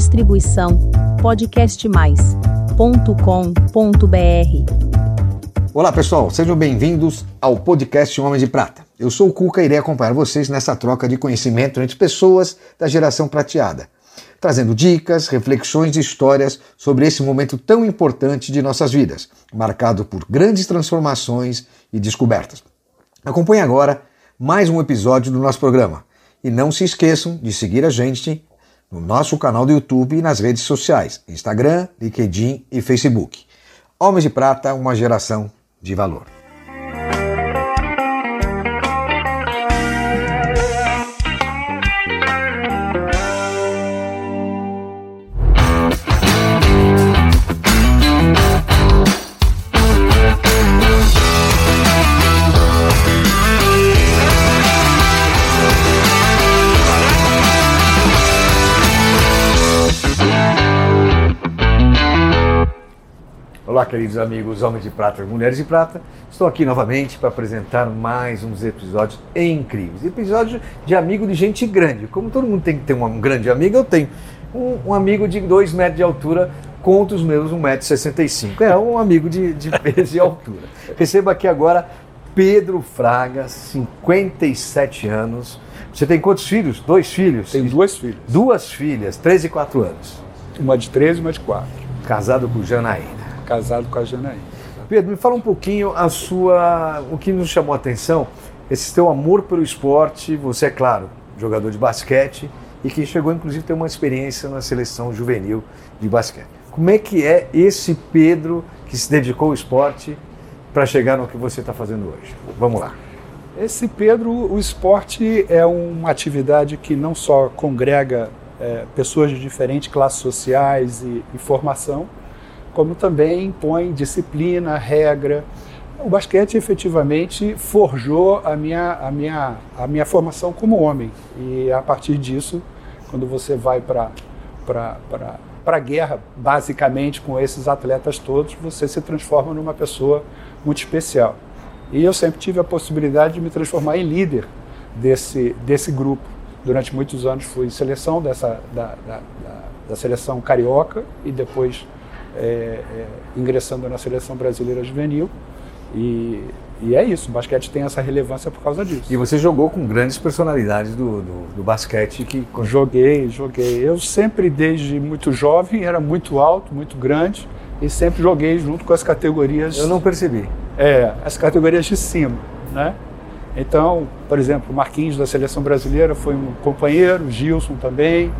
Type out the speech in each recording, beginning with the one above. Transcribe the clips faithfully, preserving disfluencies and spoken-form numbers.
Distribuição podcast mais ponto com ponto b r. Olá pessoal, sejam bem-vindos ao podcast Homem de Prata. Eu sou o Cuca e irei acompanhar vocês nessa troca de conhecimento entre pessoas da geração prateada, trazendo dicas, reflexões e histórias sobre esse momento tão importante de nossas vidas, marcado por grandes transformações e descobertas. Acompanhe agora mais um episódio do nosso programa e não se esqueçam de seguir a gente no nosso canal do YouTube e nas redes sociais, Instagram, LinkedIn e Facebook. Homens de Prata, uma geração de valor. Olá, queridos amigos, homens de prata e mulheres de prata. Estou aqui novamente para apresentar mais uns episódios incríveis. Episódio de amigo de gente grande. Como todo mundo tem que ter um grande amigo, eu tenho um, um amigo de dois metros de altura contra os meus um metro e sessenta e cinco. É um amigo de, de peso e altura. Recebo aqui agora Pedro Fraga, cinquenta e sete anos. Você tem quantos filhos? Dois filhos? Tenho duas filhas. Duas filhas, treze e quatro anos. Uma de treze e uma de quatro. Casado com Janaína. Casado com a Janaína. Pedro, me fala um pouquinho a sua, o que nos chamou a atenção, esse teu amor pelo esporte. Você é, claro, jogador de basquete e que chegou, inclusive, a ter uma experiência na seleção juvenil de basquete. Como é que é esse Pedro que se dedicou ao esporte para chegar no que você está fazendo hoje? Vamos lá. Esse Pedro, o esporte é uma atividade que não só congrega é, pessoas de diferentes classes sociais e, e formação, como também impõe disciplina, regra. O basquete efetivamente forjou a minha, a minha, a minha formação como homem. E a partir disso, quando você vai para a guerra, basicamente com esses atletas todos, você se transforma numa pessoa muito especial. E eu sempre tive a possibilidade de me transformar em líder desse, desse grupo. Durante muitos anos fui seleção dessa, da, da, da, da seleção carioca e depois É, é, ingressando na seleção brasileira juvenil e, e é isso, o basquete tem essa relevância por causa disso. E você jogou com grandes personalidades do, do, do basquete que... Joguei, joguei. Eu sempre, desde muito jovem, era muito alto, muito grande e sempre joguei junto com as categorias... Eu não percebi. É, as categorias de cima, né? Então, por exemplo, o Marquinhos da seleção brasileira foi um companheiro, Gilson também,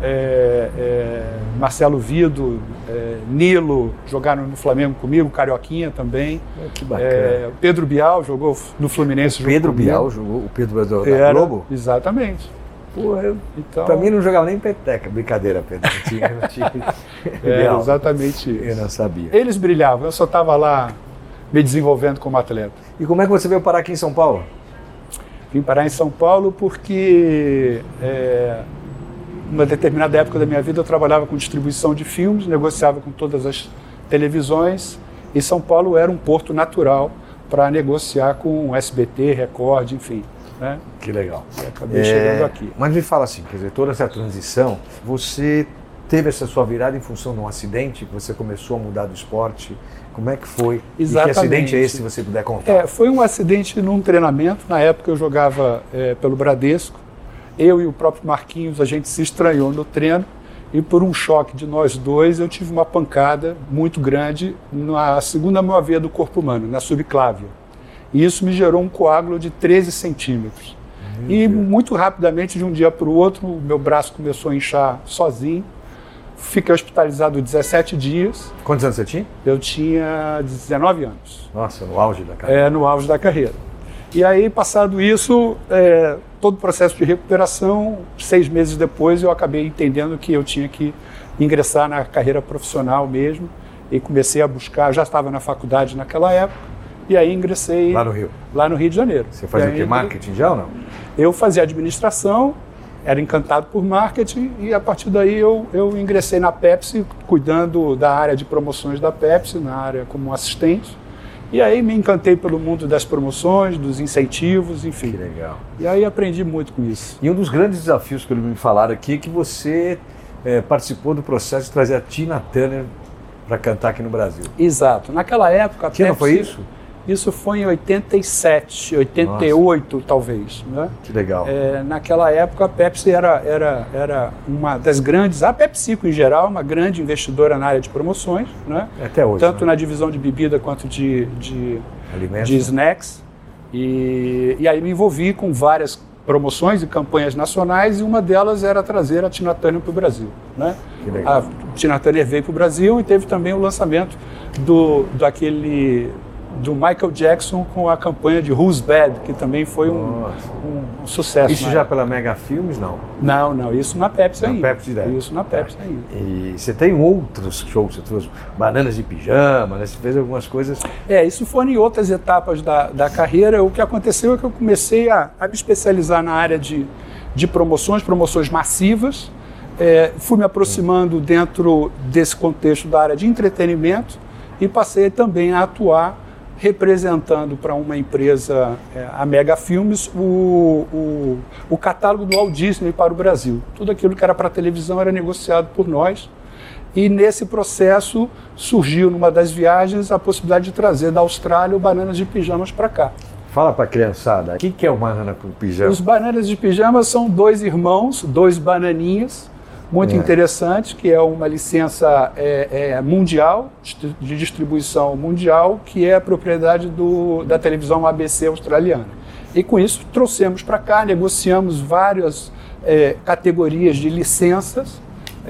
é, é, Marcelo Vido, é, Nilo jogaram no Flamengo comigo, Carioquinha também. Que bacana. É, Pedro Bial jogou no Fluminense. O Pedro Bial jogou, o Pedro da, da Era, Globo? Exatamente. Porra, eu, então... Pra mim não jogava nem peteca, brincadeira, Pedro. Não tinha, não tinha... É, exatamente isso. Eu não sabia. Eles brilhavam, eu só estava lá me desenvolvendo como atleta. E como é que você veio parar aqui em São Paulo? Vim parar em São Paulo porque, é, numa determinada época da minha vida, eu trabalhava com distribuição de filmes, negociava com todas as televisões, e São Paulo era um porto natural para negociar com S B T, Record, enfim. Né? Que legal. E acabei é, chegando aqui. Mas me fala assim, quer dizer, toda essa transição, você teve essa sua virada em função de um acidente, que você começou a mudar do esporte? Como é que foi? Exatamente. E que acidente é esse, se você puder contar? É, foi um acidente num treinamento. Na época eu jogava é, pelo Bradesco. Eu e o próprio Marquinhos, a gente se estranhou no treino e por um choque de nós dois, eu tive uma pancada muito grande na segunda maior veia do corpo humano, na subclávia. E isso me gerou um coágulo de treze centímetros. Meu e Deus. Muito rapidamente, de um dia para o outro, o meu braço começou a inchar sozinho. Fiquei hospitalizado dezessete dias. Quantos anos você tinha? Eu tinha dezenove anos. Nossa, no auge da carreira. É, no auge da carreira. E aí, passado isso, é, todo o processo de recuperação, seis meses depois, eu acabei entendendo que eu tinha que ingressar na carreira profissional mesmo. E comecei a buscar, já estava na faculdade naquela época, e aí ingressei... Lá no Rio? Lá no Rio de Janeiro. Você fazia o quê? Marketing já ou não? Eu fazia administração, era encantado por marketing e a partir daí eu, eu ingressei na Pepsi, cuidando da área de promoções da Pepsi, na área como assistente. E aí me encantei pelo mundo das promoções, dos incentivos, enfim. Que legal. E aí aprendi muito com isso. E um dos grandes desafios que me falaram aqui é que você é, participou do processo de trazer a Tina Turner para cantar aqui no Brasil. Exato. Naquela época... A Tina, Pepsi, foi isso? Isso foi em oitenta e sete, oitenta e oito, nossa, talvez. Né? Que legal. É, naquela época a Pepsi era, era, era uma das grandes, a PepsiCo em geral, uma grande investidora na área de promoções. Né? Até hoje. Tanto né? na divisão de bebida quanto de, de, de snacks. E, e aí me envolvi com várias promoções e campanhas nacionais, e uma delas era trazer a Tina Turner para o Brasil. Né? Que legal. A Tina Turner veio para o Brasil e teve também o lançamento do, daquele... do Michael Jackson com a campanha de Who's Bad, que também foi um, um, um sucesso. Isso já pela Mega Filmes, não? Não, não, isso na Pepsi na ainda. Pepsi deve. Isso na Pepsi é. ainda. E você tem outros shows, você trouxe Bananas de Pijama, né? Você fez algumas coisas... É, isso foram em outras etapas da, da carreira. O que aconteceu é que eu comecei a, a me especializar na área de, de promoções, promoções massivas. É, fui me aproximando dentro desse contexto da área de entretenimento e passei também a atuar representando para uma empresa, é, a Mega Filmes, o, o, o catálogo do Walt Disney para o Brasil. Tudo aquilo que era para televisão era negociado por nós. E nesse processo surgiu, numa das viagens, a possibilidade de trazer da Austrália o Bananas de Pijamas para cá. Fala para a criançada, o que, que é o Banana com Pijama? Os Bananas de Pijamas são dois irmãos, dois bananinhas, muito é. interessante, que é uma licença é, é, mundial, de distribuição mundial, que é a propriedade do, da televisão A B C australiana. E com isso trouxemos para cá, negociamos várias é, categorias de licenças,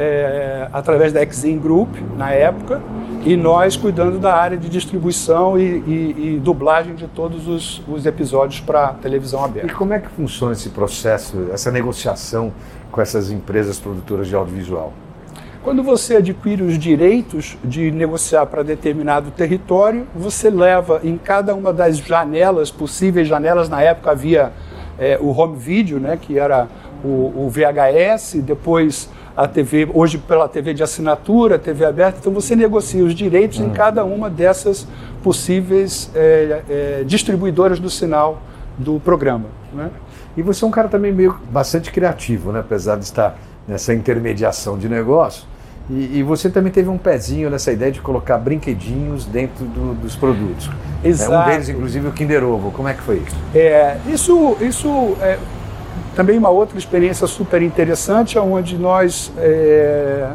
é, através da Exim Group, na época, e nós cuidando da área de distribuição e, e, e dublagem de todos os, os episódios para televisão aberta. E como é que funciona esse processo, essa negociação com essas empresas produtoras de audiovisual? Quando você adquire os direitos de negociar para determinado território, você leva em cada uma das janelas, possíveis janelas, na época havia é, o home video, né, que era o, o V H S, depois a T V, hoje pela T V de assinatura, T V aberta, então você negocia os direitos hum. em cada uma dessas possíveis é, é, distribuidoras do sinal do programa. Né? E você é um cara também meio bastante criativo, né? Apesar de estar nessa intermediação de negócio. E, e você também teve um pezinho nessa ideia de colocar brinquedinhos dentro do, dos produtos. Exato. É, um deles, inclusive, o Kinder Ovo. Como é que foi isso? É, isso isso é também uma outra experiência super interessante, onde nós, é,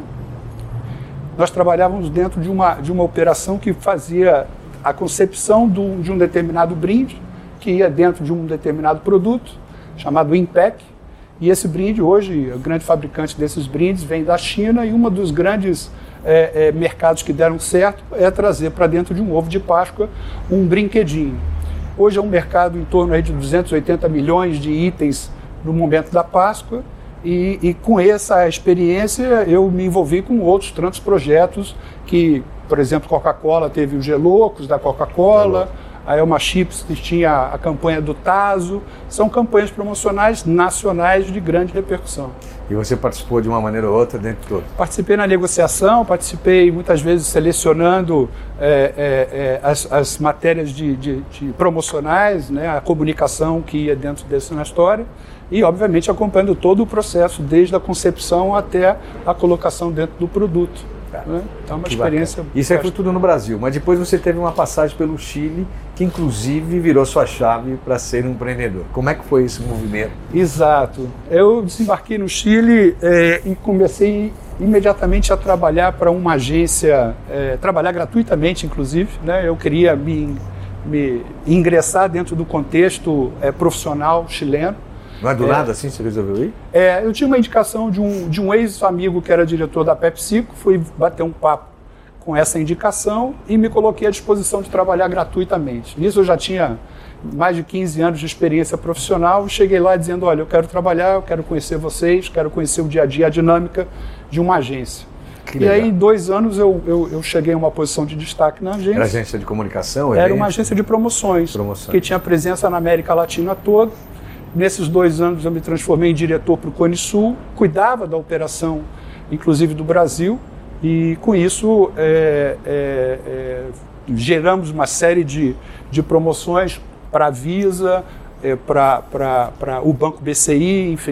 nós trabalhávamos dentro de uma, de uma operação que fazia a concepção do, de um determinado brinde, que ia dentro de um determinado produto, chamado Impact, e esse brinde hoje, o grande fabricante desses brindes vem da China, e um dos grandes é, é, mercados que deram certo é trazer para dentro de um ovo de Páscoa um brinquedinho. Hoje é um mercado em torno aí de duzentos e oitenta milhões de itens no momento da Páscoa, e, e com essa experiência eu me envolvi com outros tantos projetos que, por exemplo, Coca-Cola teve os Gelocos da Coca-Cola, a Elma Chips tinha a campanha do Tazo. São campanhas promocionais nacionais de grande repercussão. E você participou de uma maneira ou outra dentro de todo? Participei na negociação, participei muitas vezes selecionando é, é, é, as, as matérias de, de, de promocionais, né, a comunicação que ia dentro dessa na história, e obviamente acompanhando todo o processo, desde a concepção até a colocação dentro do produto. Né? Então, uma que experiência... Bacana. Isso aí foi tudo no Brasil, mas depois você teve uma passagem pelo Chile, que inclusive virou sua chave para ser um empreendedor. Como é que foi esse movimento? Exato. Eu desembarquei no Chile é, e comecei imediatamente a trabalhar para uma agência, é, trabalhar gratuitamente, inclusive. Né? Eu queria me, me ingressar dentro do contexto é, profissional chileno. Não é do é, nada assim você resolveu ir? É, eu tinha uma indicação de um, de um ex-amigo que era diretor da PepsiCo, fui bater um papo com essa indicação e me coloquei à disposição de trabalhar gratuitamente. Nisso eu já tinha mais de quinze anos de experiência profissional e cheguei lá dizendo, olha, eu quero trabalhar, eu quero conhecer vocês, quero conhecer o dia a dia, a dinâmica de uma agência. Que e legal. Aí, em dois anos, eu, eu, eu cheguei a uma posição de destaque na agência. Era agência de comunicação? Era evento? Uma agência de promoções, promoções, que tinha presença na América Latina toda. Nesses dois anos eu me transformei em diretor para o Cone Sul, cuidava da operação, inclusive do Brasil, e com isso é, é, é, geramos uma série de, de promoções para a Visa, é, para o Banco B C I, enfim,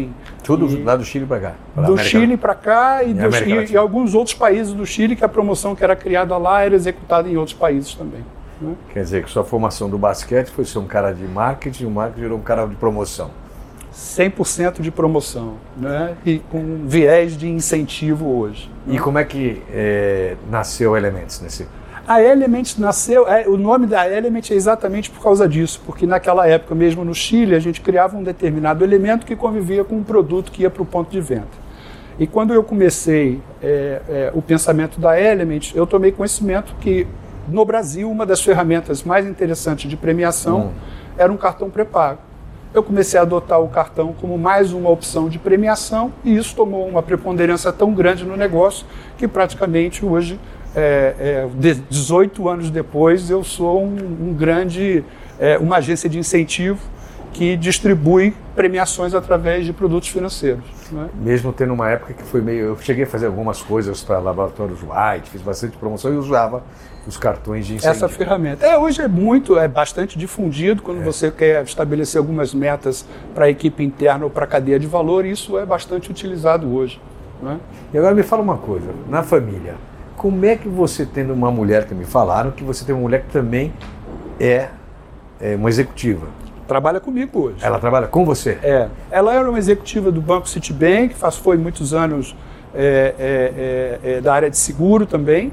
Tudo e, lá do Chile para cá? Do América, Chile para cá e, e, dos, e, e alguns outros países do Chile, que a promoção que era criada lá era executada em outros países também. Né? Quer dizer que sua formação do basquete foi ser um cara de marketing, o marketing virou um cara de promoção. cem por cento de promoção, né? E com viés de incentivo hoje. E como é que é, nasceu a Elements nesse? A Elements nasceu, é, o nome da Elements é exatamente por causa disso, porque naquela época, mesmo no Chile, a gente criava um determinado elemento que convivia com um produto que ia para o ponto de venda. E quando eu comecei é, é, o pensamento da Elements, eu tomei conhecimento que no Brasil uma das ferramentas mais interessantes de premiação hum. era um cartão pré-pago. Eu comecei a adotar o cartão como mais uma opção de premiação e isso tomou uma preponderância tão grande no negócio que praticamente hoje, é, é, dezoito anos depois, eu sou um, um grande, é, uma agência de incentivo que distribui premiações através de produtos financeiros. Né? Mesmo tendo uma época que foi meio... Eu cheguei a fazer algumas coisas para laboratórios White, fiz bastante promoção e usava os cartões de incentivo. Essa ferramenta. É, hoje é muito, é bastante difundido quando é. você quer estabelecer algumas metas para a equipe interna ou para a cadeia de valor, e isso é bastante utilizado hoje. Né? E agora me fala uma coisa, na família, como é que você, tendo uma mulher, que me falaram que você tem uma mulher que também é, é uma executiva? Trabalha comigo hoje. Ela trabalha com você? É. Ela era uma executiva do Banco Citibank, faz, foi muitos anos é, é, é, da área de seguro também.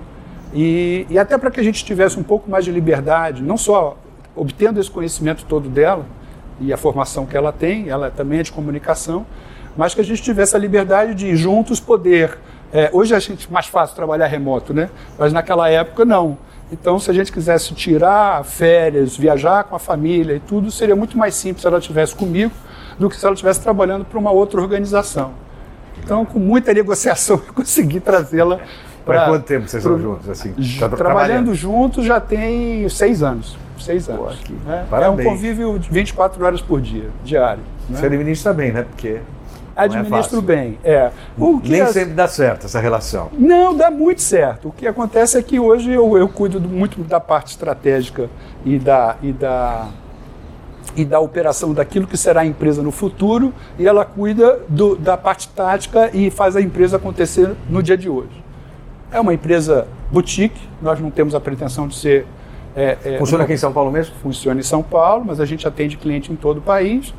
E, e até para que a gente tivesse um pouco mais de liberdade, não só obtendo esse conhecimento todo dela e a formação que ela tem, ela também é de comunicação, mas que a gente tivesse a liberdade de juntos poder... É, hoje a gente é mais fácil trabalhar remoto, né? Mas naquela época não. Então, se a gente quisesse tirar férias, viajar com a família e tudo, seria muito mais simples se ela estivesse comigo do que se ela estivesse trabalhando para uma outra organização. Então, com muita negociação, eu consegui trazê-la. Para quanto tempo vocês estão juntos? Assim, tá trabalhando, trabalhando juntos já tem seis anos. Seis anos. Pô, aqui, né? É um convívio de vinte e quatro horas por dia, diário. Né? Você administra bem, né? Porque administro é bem, é. O que Nem é... sempre dá certo essa relação. Não, dá muito certo. O que acontece é que hoje eu, eu cuido muito da parte estratégica e da, e, da, e da operação daquilo que será a empresa no futuro, e ela cuida do, da parte tática e faz a empresa acontecer no dia de hoje. É uma empresa boutique, nós não temos a pretensão de ser... É, é, Funciona uma... aqui em São Paulo mesmo? Funciona em São Paulo, mas a gente atende cliente em todo o país.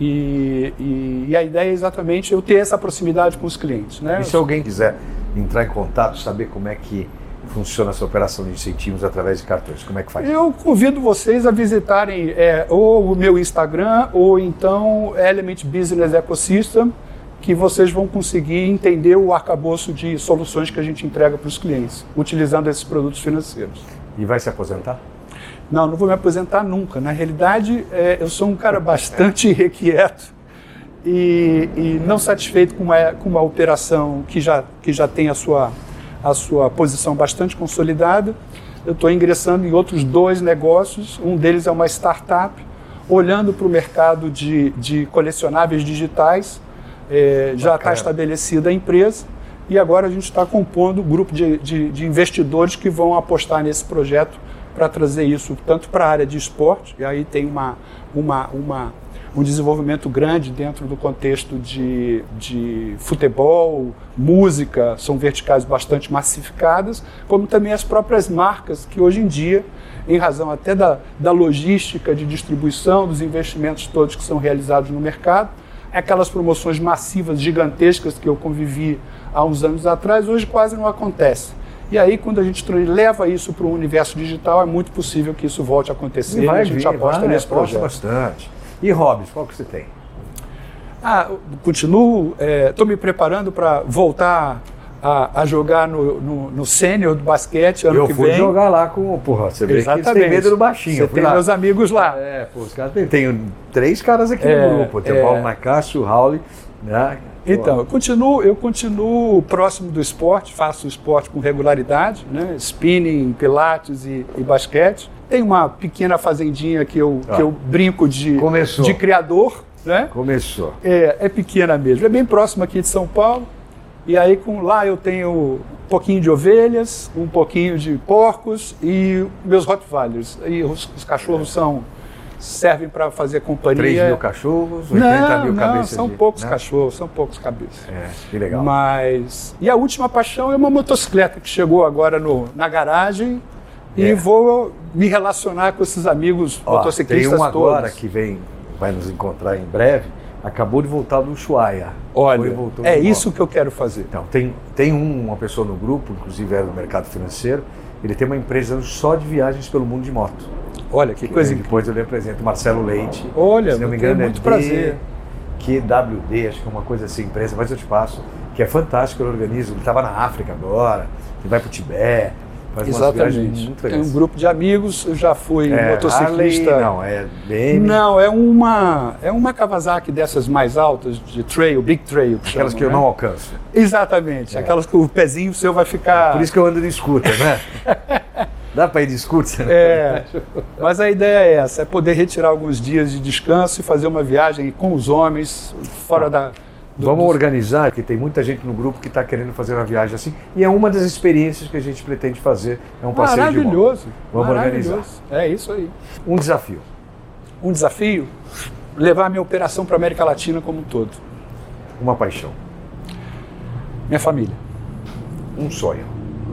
E, e, e a ideia é exatamente eu ter essa proximidade com os clientes. Né? E se alguém quiser entrar em contato, saber como é que funciona essa operação de incentivos através de cartões, como é que faz? Eu convido vocês a visitarem é, ou o meu Instagram ou então Element Business Ecosystem, que vocês vão conseguir entender o arcabouço de soluções que a gente entrega para os clientes, utilizando esses produtos financeiros. E vai se aposentar? Não, não vou me aposentar nunca. Na realidade, é, eu sou um cara bastante irrequieto e, e não satisfeito com uma, com uma operação que já, que já tem a sua, a sua posição bastante consolidada. Eu estou ingressando em outros dois negócios. Um deles é uma startup, olhando para o mercado de, de colecionáveis digitais. É, já está estabelecida a empresa e agora a gente está compondo um grupo de, de, de investidores que vão apostar nesse projeto para trazer isso tanto para a área de esporte, e aí tem uma, uma, uma, um desenvolvimento grande dentro do contexto de, de futebol, música, são verticais bastante massificadas, como também as próprias marcas que hoje em dia, em razão até da, da logística de distribuição, dos investimentos todos que são realizados no mercado, aquelas promoções massivas, gigantescas que eu convivi há uns anos atrás, hoje quase não acontece. E aí, quando a gente leva isso para o universo digital, é muito possível que isso volte a acontecer e, vai e a gente vir, aposta vai, nesse aposta projeto. Bastante. E hobbies, qual que você tem? Ah, continuo, estou é, me preparando para voltar a, a jogar no, no, no sênior do basquete ano eu que vim. Eu fui vem. jogar lá com, porra, você vê Exatamente. que eles têm medo do baixinho. Você eu fui tem lá. meus amigos lá. É, pô, os caras têm. Tenho três caras aqui É, no grupo. Tem é. o Paulo Nacácio, o Raul, né? Então, eu continuo, eu continuo próximo do esporte, faço esporte com regularidade, né? Spinning, pilates e, e basquete. Tem uma pequena fazendinha que eu, ah, que eu brinco de, de criador, né? Começou. É, é pequena mesmo, é bem próximo aqui de São Paulo. E aí com lá eu tenho um pouquinho de ovelhas, um pouquinho de porcos e meus Rottweilers. E os, os cachorros são, servem para fazer companhia. três mil cachorros, oitenta não, mil não, cabeças. São de, poucos né? cachorros, são poucos cabeças. É, que legal. Mas. E a última paixão é uma motocicleta que chegou agora no, na garagem e É. vou me relacionar com esses amigos Ó, motociclistas tem um agora todos. que vem, vai nos encontrar em breve, acabou de voltar do Ushuaia. Olha, Foi e voltou é de isso moto. que eu quero fazer. Então, tem, tem um, uma pessoa no grupo, inclusive era do mercado financeiro, ele tem uma empresa só de viagens pelo mundo de moto. Olha, que coisa incrível. Depois eu lhe apresento Marcelo Leite. Olha, se não me eu tenho engano, muito é prazer. Q W D, acho que é uma coisa assim, empresa, mas eu te passo, que é fantástico, ele organiza. Ele estava na África agora, ele vai para o Tibete, faz umas viagens Exatamente. muito Tem legais. um grupo de amigos, eu já fui É, motociclista. Harley, não, é B M. Não, é uma, é uma Kawasaki dessas mais altas, de trail, big trail. Que Aquelas chamam, que eu né? não alcanço. Exatamente, É. aquelas que o pezinho seu vai ficar... Por isso que eu ando de scooter, né? Dá para ir de scooter? É, mas a ideia é essa, é poder retirar alguns dias de descanso e fazer uma viagem com os homens, fora da... do- Vamos do- organizar, porque tem muita gente no grupo que está querendo fazer uma viagem assim, e é uma das experiências que a gente pretende fazer, é um passeio de moto. Maravilhoso, Vamos maravilhoso. organizar. É isso aí. Um desafio, Um desafio, levar a minha operação para a América Latina como um todo. uma paixão, Minha família. um sonho.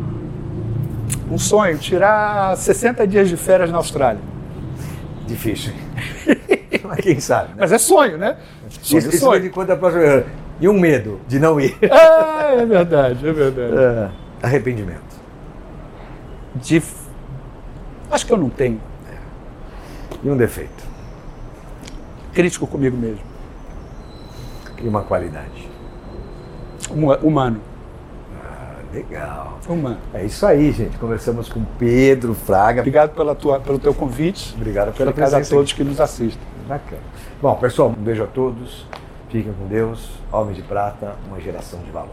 Um sonho, tirar sessenta dias de férias na Austrália. Difícil, hein? Mas quem sabe, né? Mas é sonho, né? Sonho, Isso, isso sonho. vai de conta próxima. E um medo de não ir. É, é verdade, é verdade. É. Arrependimento. De... Acho que eu não tenho. E um defeito. Crítico comigo mesmo. E uma qualidade. Huma- Humano. Ah, legal. Humano. É isso aí, gente. Conversamos com Pedro Fraga. Obrigado pela tua, pelo teu convite. Obrigado pela Obrigado a presença. todos que nos assistem. Bacana. Bom, pessoal, um beijo a todos. Fiquem com Deus. Homem de Prata, uma geração de valor.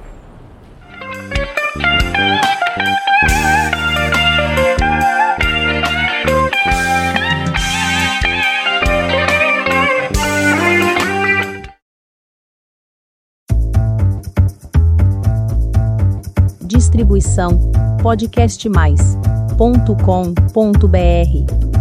Distribuição podcast mais ponto com ponto br